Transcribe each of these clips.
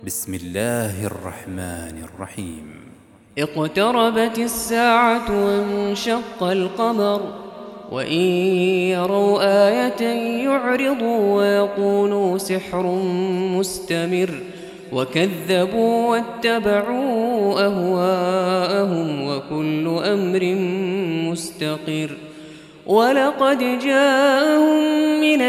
بسم الله الرحمن الرحيم. اقتربت الساعة وانشق القمر وإن يروا آية يعرضوا ويقولوا سحر مستمر وكذبوا واتبعوا أهواءهم وكل أمر مستقر. ولقد جاءهم من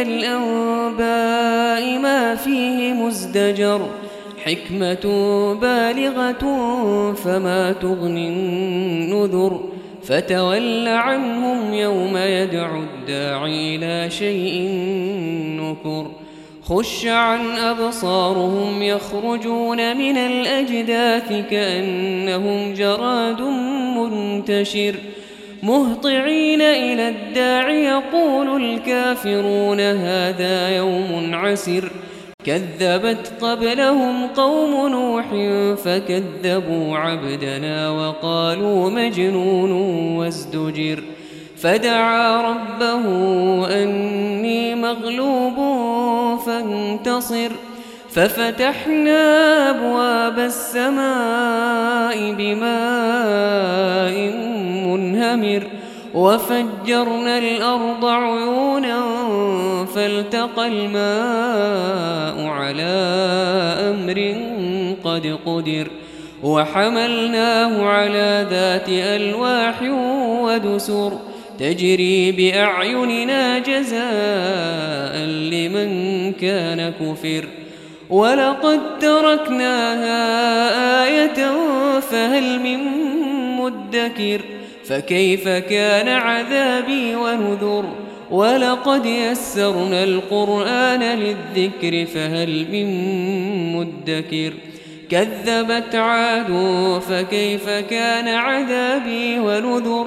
الأنباء ما فيه مزدجر حكمة بالغة فما تغني النذر. فتول عنهم يوم يدعو الداعي إلى شيء نكر. خش عن أبصارهم يخرجون من الأجداث كأنهم جراد منتشر مهطعين إلى الداع يقول الكافرون هذا يوم عسر. كذبت قبلهم قوم نوح فكذبوا عبدنا وقالوا مجنون وازدجر. فدعا ربه أني مغلوب فانتصر. ففتحنا أبواب السماء بماء منهمر وفجرنا الأرض عيونا فالتقى الماء على أمر قد قدر. وحملناه على ذات ألواح ودسر تجري بأعيننا جزاء لمن كان كفر. ولقد تركناها آية فهل من مدكر. فكيف كان عذابي ونذر. ولقد يسرنا القرآن للذكر فهل من مدكر. كذبت عاد فكيف كان عذابي ونذر.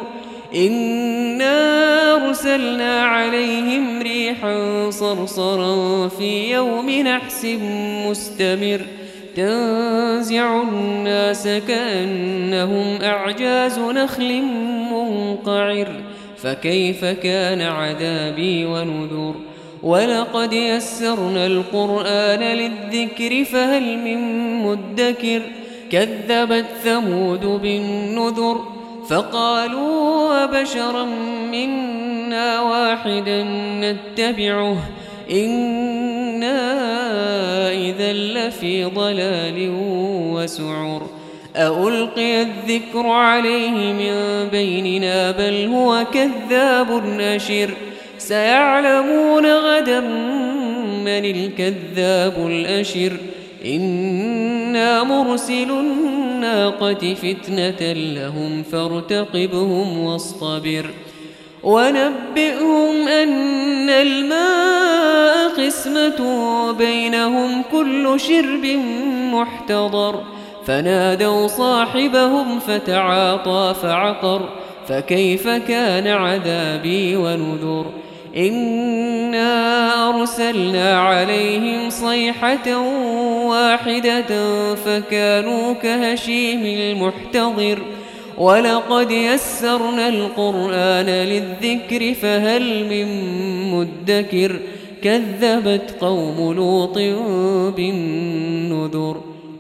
إنا أرسلنا عليهم ريحا صرصرا في يوم نحس مستمر تنزع الناس كأنهم أعجاز نخل منقعر. فكيف كان عذابي ونذر. ولقد يسرنا القرآن للذكر فهل من مدكر. كذبت ثمود بالنذر فقالوا أبشرا منا واحدا نتبعه إنا إذا لفي ضلال وسعر. ألقي الذكر عليه من بيننا بل هو كذاب أشر. سيعلمون غدا من الكذاب الأشر. إنا مرسل الناقة فتنة لهم فارتقبهم واصطبر. ونبئهم أن الماء قسمة بينهم كل شرب محتضر. فنادوا صاحبهم فتعاطى فعقر. فكيف كان عذابي ونذر. إنا أرسلنا عليهم صيحة واحدة فكانوا كهشيم المحتضر. ولقد يسرنا القرآن للذكر فهل من مدكر. كذبت قوم لوط بالنذر.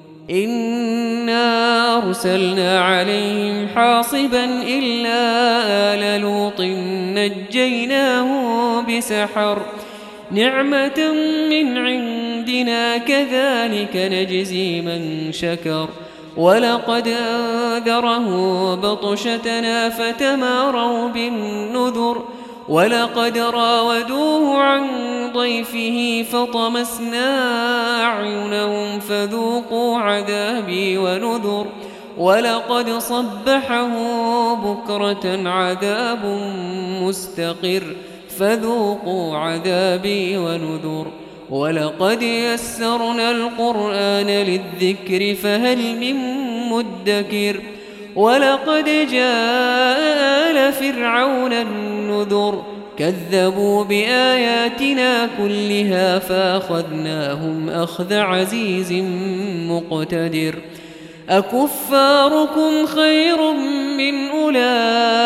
إنا أرسلنا عليهم حاصبا إلا آل لوط نجيناه بسحر نعمة من عندنا كذلك نجزي من شكر. ولقد أنذره بطشتنا فتماروا بالنذر. ولقد راودوه عن ضيفه فطمسنا أعينهم فذوقوا عذابي ونذر. ولقد صبحه بكرة عذاب مستقر فذوقوا عذابي ونذر. ولقد يسرنا القرآن للذكر فهل من مدكر. ولقد جاء آل فرعون النذر كذبوا بآياتنا كلها فأخذناهم أخذ عزيز مقتدر. أكفاركم خير من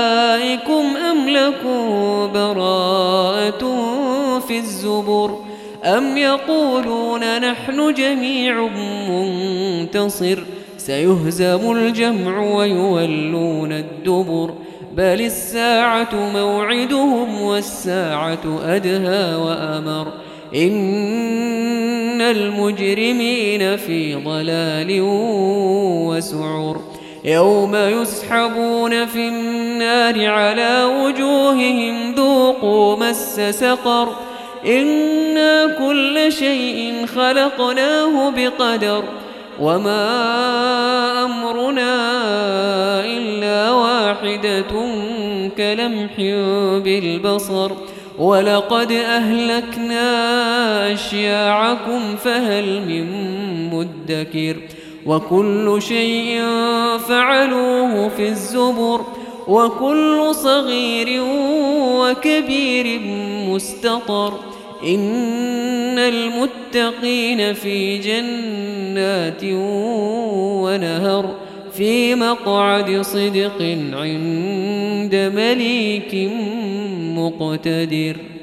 أولئكم أم لكم براءة في الزبر. أم يقولون نحن جميع منتصر سيهزم الجمع ويولون الدبر بل الساعة موعدهم والساعة أدهى وأمر إن المجرمين في ضلال وسعر يوم يسحبون في النار على وجوههم ذوقوا مس سقر إنا كل شيء خلقناه بقدر وما أمرنا إلا واحدة كلمح بالبصر ولقد أهلكنا أشياعكم فهل من مدكر وكل شيء فعلوه في الزبر وكل صغير وكبير مستطر إن المتقين في جنات ونهر في مقعد صدق عند مليك مقتدر.